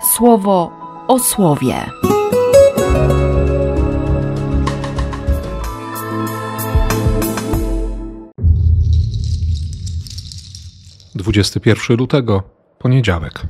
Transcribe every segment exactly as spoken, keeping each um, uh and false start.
Słowo o słowie. dwudziestego pierwszego lutego, poniedziałek.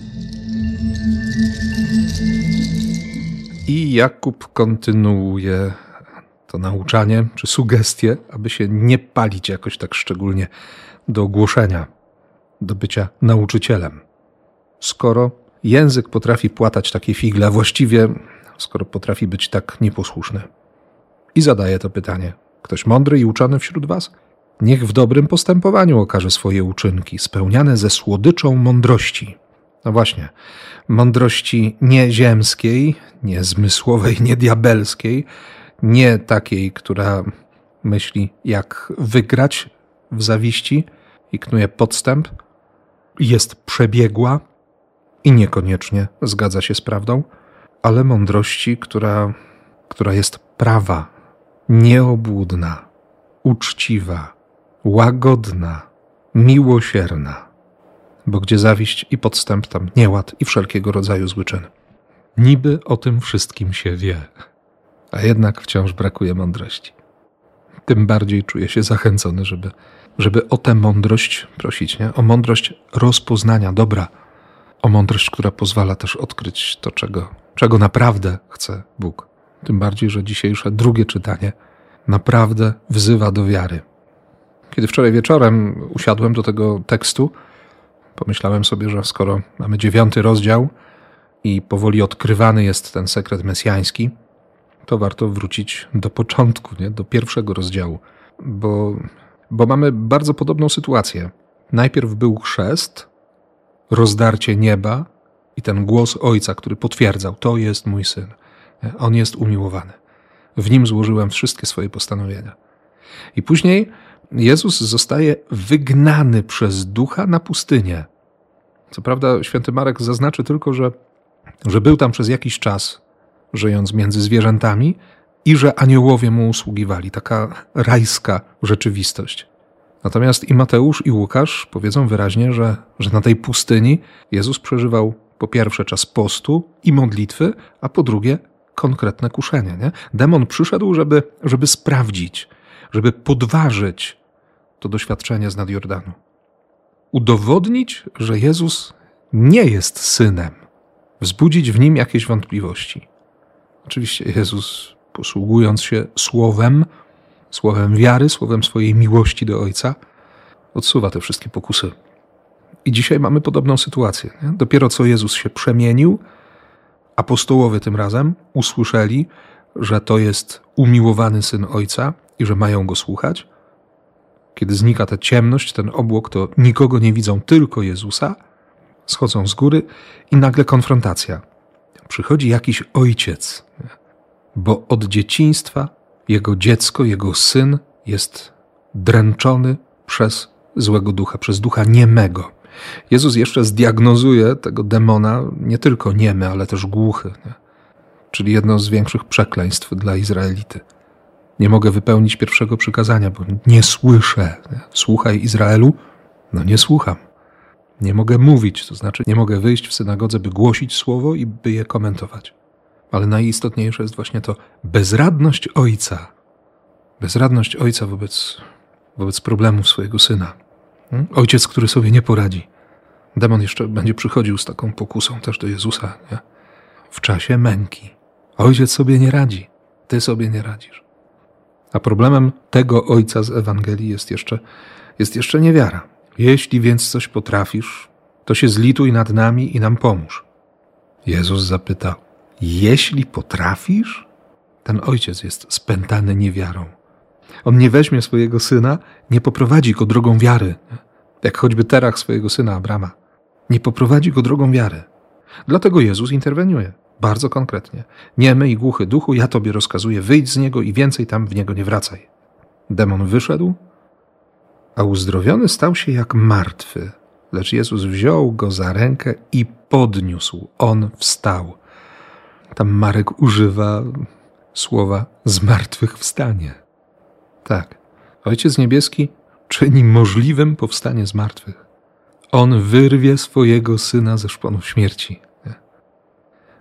I Jakub kontynuuje to nauczanie, czy sugestie, aby się nie palić jakoś tak szczególnie do głoszenia, do bycia nauczycielem. Skoro język potrafi płatać takie figle, a właściwie skoro potrafi być tak nieposłuszny. I zadaje to pytanie. Ktoś mądry i uczony wśród was? Niech w dobrym postępowaniu okaże swoje uczynki, spełniane ze słodyczą mądrości. No właśnie, mądrości nie ziemskiej, nie zmysłowej, nie diabelskiej, nie takiej, która myśli, jak wygrać w zawiści i knuje podstęp, jest przebiegła i niekoniecznie zgadza się z prawdą, ale mądrości, która, która jest prawa, nieobłudna, uczciwa, łagodna, miłosierna. Bo gdzie zawiść i podstęp, tam nieład i wszelkiego rodzaju zły czyn. Niby o tym wszystkim się wie, a jednak wciąż brakuje mądrości. Tym bardziej czuję się zachęcony, żeby, żeby o tę mądrość prosić, nie? O mądrość rozpoznania dobra, o mądrość, która pozwala też odkryć to, czego, czego naprawdę chce Bóg. Tym bardziej, że dzisiejsze drugie czytanie naprawdę wzywa do wiary. Kiedy wczoraj wieczorem usiadłem do tego tekstu, pomyślałem sobie, że skoro mamy dziewiąty rozdział i powoli odkrywany jest ten sekret mesjański, to warto wrócić do początku, nie? Do pierwszego rozdziału, bo, bo mamy bardzo podobną sytuację. Najpierw był chrzest, rozdarcie nieba i ten głos Ojca, który potwierdzał, to jest mój Syn, on jest umiłowany. W nim złożyłem wszystkie swoje postanowienia. I później Jezus zostaje wygnany przez Ducha na pustynię. Co prawda święty Marek zaznaczy tylko, że, że był tam przez jakiś czas, żyjąc między zwierzętami i że aniołowie mu usługiwali. Taka rajska rzeczywistość. Natomiast i Mateusz, i Łukasz powiedzą wyraźnie, że, że na tej pustyni Jezus przeżywał po pierwsze czas postu i modlitwy, a po drugie konkretne kuszenie. Nie? Demon przyszedł, żeby, żeby sprawdzić, żeby podważyć to doświadczenie z nad Jordanu. Udowodnić, że Jezus nie jest Synem. Wzbudzić w nim jakieś wątpliwości. Oczywiście Jezus, posługując się słowem, słowem wiary, słowem swojej miłości do Ojca, odsuwa te wszystkie pokusy. I dzisiaj mamy podobną sytuację. Nie? Dopiero co Jezus się przemienił, apostołowie tym razem usłyszeli, że to jest umiłowany Syn Ojca i że mają Go słuchać. Kiedy znika ta ciemność, ten obłok, to nikogo nie widzą, tylko Jezusa. Schodzą z góry i nagle konfrontacja. Przychodzi jakiś ojciec, bo od dzieciństwa jego dziecko, jego syn jest dręczony przez złego ducha, przez ducha niemego. Jezus jeszcze zdiagnozuje tego demona nie tylko niemy, ale też głuchy, nie? Czyli jedno z większych przekleństw dla Izraelity. Nie mogę wypełnić pierwszego przykazania, bo nie słyszę. Nie? Słuchaj Izraelu, no nie słucham. Nie mogę mówić, to znaczy nie mogę wyjść w synagodze, by głosić słowo i by je komentować. Ale najistotniejsze jest właśnie to bezradność ojca. Bezradność ojca wobec, wobec problemów swojego syna. Ojciec, który sobie nie poradzi. Demon jeszcze będzie przychodził z taką pokusą też do Jezusa, nie? W czasie męki. Ojciec sobie nie radzi. Ty sobie nie radzisz. A problemem tego ojca z Ewangelii jest jeszcze, jest jeszcze niewiara. Jeśli więc coś potrafisz, to się zlituj nad nami i nam pomóż. Jezus zapytał, jeśli potrafisz? Ten ojciec jest spętany niewiarą. On nie weźmie swojego syna, nie poprowadzi go drogą wiary. Jak choćby Terach swojego syna Abrama. Nie poprowadzi go drogą wiary. Dlatego Jezus interweniuje. Bardzo konkretnie. Niemy i głuchy duchu, ja tobie rozkazuję, wyjdź z niego i więcej tam w niego nie wracaj. Demon wyszedł, a uzdrowiony stał się jak martwy. Lecz Jezus wziął go za rękę i podniósł. On wstał. Tam Marek używa słowa zmartwychwstanie. Tak. Ojciec Niebieski czyni możliwym powstanie z martwych. On wyrwie swojego Syna ze szponów śmierci.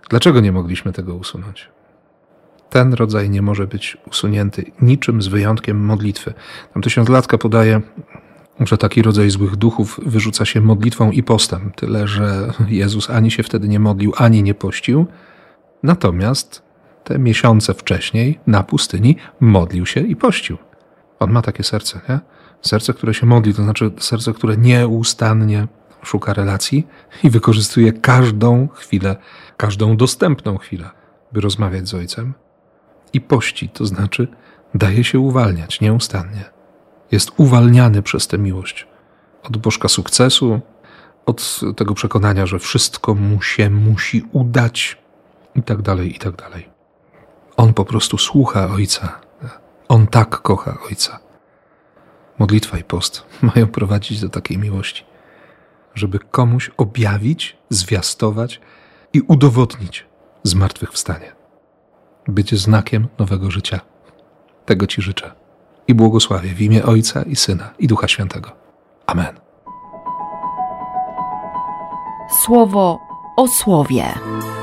Dlaczego nie mogliśmy tego usunąć? Ten rodzaj nie może być usunięty niczym z wyjątkiem modlitwy. Tam tysiąclatka podaje, że taki rodzaj złych duchów wyrzuca się modlitwą i postem. Tyle, że Jezus ani się wtedy nie modlił, ani nie pościł. Natomiast te miesiące wcześniej na pustyni modlił się i pościł. On ma takie serce, nie? Serce, które się modli, to znaczy serce, które nieustannie szuka relacji i wykorzystuje każdą chwilę, każdą dostępną chwilę, by rozmawiać z Ojcem. I pości, to znaczy daje się uwalniać nieustannie. Jest uwalniany przez tę miłość. Od bożka sukcesu, od tego przekonania, że wszystko mu się musi udać i tak dalej, i tak dalej. On po prostu słucha Ojca. On tak kocha Ojca. Modlitwa i post mają prowadzić do takiej miłości, żeby komuś objawić, zwiastować i udowodnić zmartwychwstanie. Być znakiem nowego życia. Tego Ci życzę i błogosławię w imię Ojca i Syna i Ducha Świętego. Amen. Słowo o słowie.